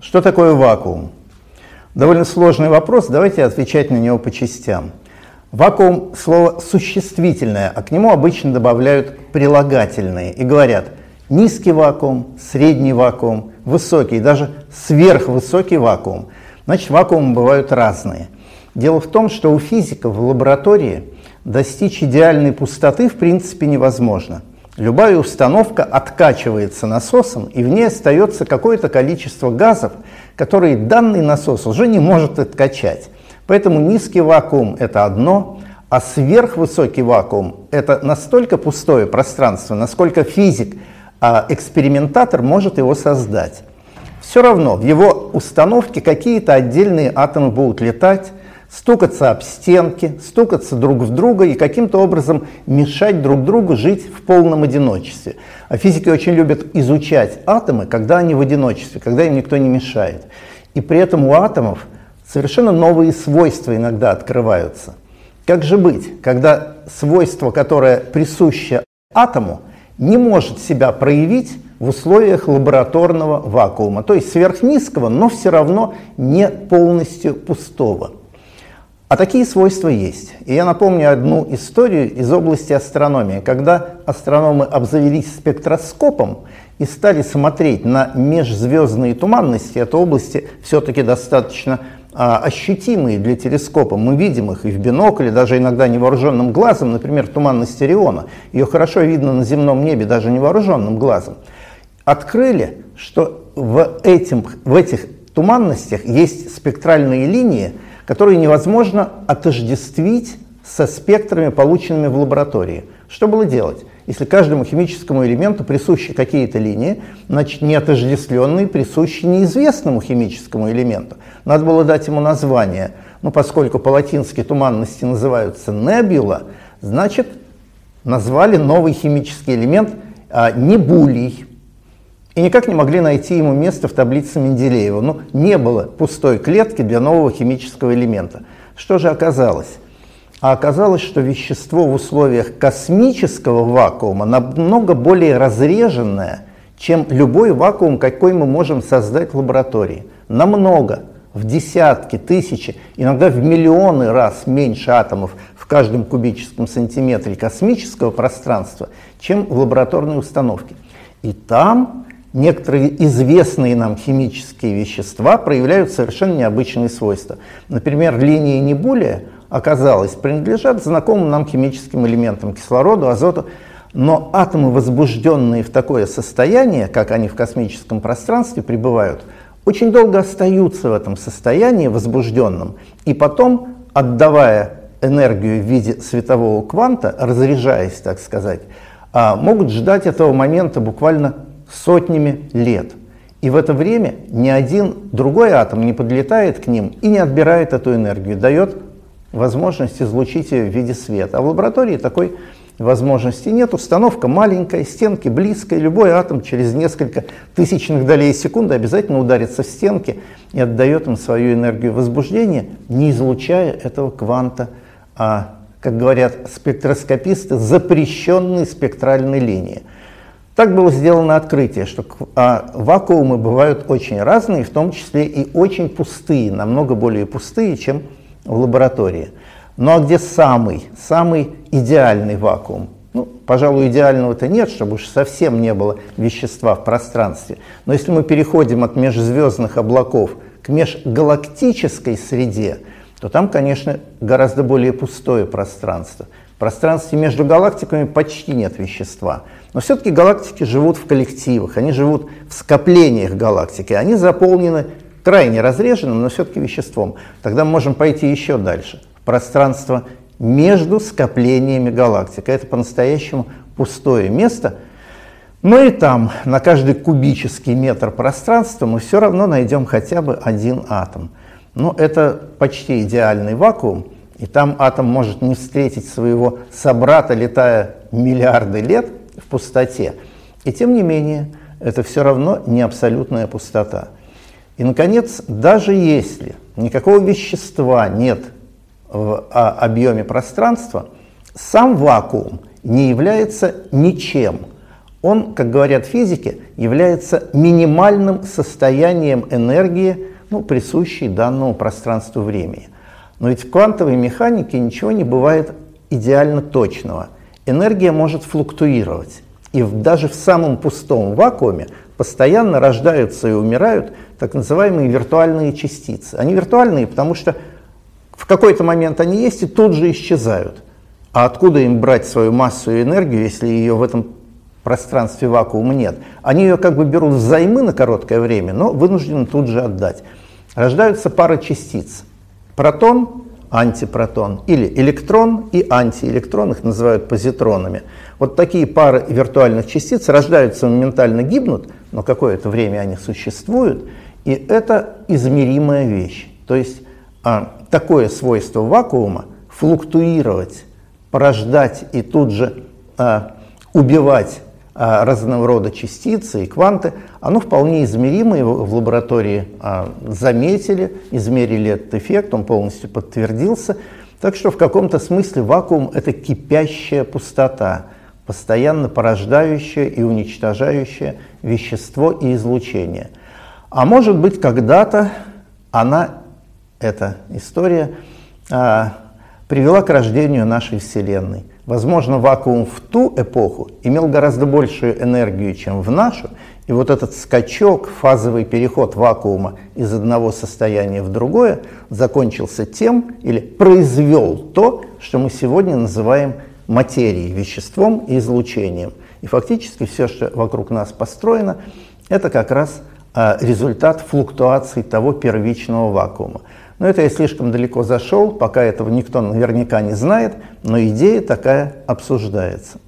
Что такое вакуум? Довольно сложный вопрос, давайте отвечать на него по частям. Вакуум – слово существительное, а к нему обычно добавляют прилагательные и говорят низкий вакуум, средний вакуум, высокий, даже сверхвысокий вакуум. Значит, вакуумы бывают разные. Дело в том, что у физиков в лаборатории достичь идеальной пустоты в принципе невозможно. Любая установка откачивается насосом, и в ней остается какое-то количество газов, которые данный насос уже не может откачать. Поэтому низкий вакуум – это одно, а сверхвысокий вакуум – это настолько пустое пространство, насколько физик, экспериментатор может его создать. Все равно в его установке какие-то отдельные атомы будут летать, стукаться об стенки, стукаться друг в друга и каким-то образом мешать друг другу жить в полном одиночестве. А физики очень любят изучать атомы, когда они в одиночестве, когда им никто не мешает. И при этом у атомов совершенно новые свойства иногда открываются. Как же быть, когда свойство, которое присуще атому, не может себя проявить в условиях лабораторного вакуума, то есть сверхнизкого, но все равно не полностью пустого. А такие свойства есть. И я напомню одну историю из области астрономии, когда астрономы обзавелись спектроскопом и стали смотреть на межзвездные туманности. Это области все-таки достаточно ощутимые для телескопа. Мы видим их и в бинокле, даже иногда невооруженным глазом, например, туманность Ориона. Ее хорошо видно на земном небе даже невооруженным глазом. Открыли, что в этих туманностях есть спектральные линии, которые невозможно отождествить со спектрами, полученными в лаборатории. Что было делать? Если каждому химическому элементу присущи какие-то линии, значит неотождествленные присущи неизвестному химическому элементу. Надо было дать ему название. Но поскольку по-латински туманности называются небула, значит назвали новый химический элемент небулий. И никак не могли найти ему место в таблице Менделеева. Ну, не было пустой клетки для нового химического элемента. Что же оказалось? А оказалось, что вещество в условиях космического вакуума намного более разреженное, чем любой вакуум, какой мы можем создать в лаборатории. Намного, в десятки, тысячи, иногда в миллионы раз меньше атомов в каждом кубическом сантиметре космического пространства, чем в лабораторной установке. И там некоторые известные нам химические вещества проявляют совершенно необычные свойства. Например, линии небулия, оказалось, принадлежат знакомым нам химическим элементам кислороду, азоту, но атомы, возбужденные в такое состояние, как они в космическом пространстве пребывают, очень долго остаются в этом состоянии возбужденном, и потом, отдавая энергию в виде светового кванта, разряжаясь, так сказать, могут ждать этого момента буквально сотнями лет. И в это время ни один другой атом не подлетает к ним и не отбирает эту энергию, дает возможность излучить ее в виде света. А в лаборатории такой возможности нет. Установка маленькая, стенки близкие. Любой атом через несколько тысячных долей секунды обязательно ударится в стенки и отдает им свою энергию возбуждения, не излучая этого кванта, как говорят спектроскописты, запрещенной спектральной линии. Так было сделано открытие, что вакуумы бывают очень разные, в том числе и очень пустые, намного более пустые, чем в лаборатории. Ну а где самый идеальный вакуум? Ну, пожалуй, идеального-то нет, чтобы уж совсем не было вещества в пространстве. Но если мы переходим от межзвездных облаков к межгалактической среде, то там, конечно, гораздо более пустое пространство. В пространстве между галактиками почти нет вещества. Но все-таки галактики живут в коллективах, они живут в скоплениях галактики, они заполнены крайне разреженным, но все-таки веществом. Тогда мы можем пойти еще дальше, в пространство между скоплениями галактик. Это по-настоящему пустое место. Но и там, на каждый кубический метр пространства, мы все равно найдем хотя бы один атом. Но это почти идеальный вакуум, и там атом может не встретить своего собрата, летая миллиарды лет в пустоте. И тем не менее, это все равно не абсолютная пустота. И, наконец, даже если никакого вещества нет в объеме пространства, сам вакуум не является ничем. Он, как говорят физики, является минимальным состоянием энергии, присущей данному пространству времени. Но ведь в квантовой механике ничего не бывает идеально точного. Энергия может флуктуировать. И даже в самом пустом вакууме постоянно рождаются и умирают так называемые виртуальные частицы. Они виртуальные, потому что в какой-то момент они есть и тут же исчезают. А откуда им брать свою массу и энергию, если ее в этом пространстве вакуума нет? Они ее как бы берут взаймы на короткое время, но вынуждены тут же отдать. Рождаются пары частиц. Протон, антипротон, или электрон и антиэлектрон, их называют позитронами. Вот такие пары виртуальных частиц рождаются, моментально гибнут, но какое-то время они существуют, и это измеримая вещь. То есть такое свойство вакуума — флуктуировать, порождать и тут же убивать разного рода частицы и кванты, оно вполне измеримо, его в лаборатории заметили, измерили этот эффект, он полностью подтвердился. Так что в каком-то смысле вакуум — это кипящая пустота, постоянно порождающее и уничтожающее вещество и излучение. А может быть, когда-то эта история, привела к рождению нашей Вселенной. Возможно, вакуум в ту эпоху имел гораздо большую энергию, чем в нашу, и вот этот скачок, фазовый переход вакуума из одного состояния в другое закончился тем, или произвел то, что мы сегодня называем материей, веществом и излучением. И фактически все, что вокруг нас построено, это как раз результат флуктуаций того первичного вакуума. Но это я слишком далеко зашел, пока этого никто наверняка не знает, но идея такая обсуждается.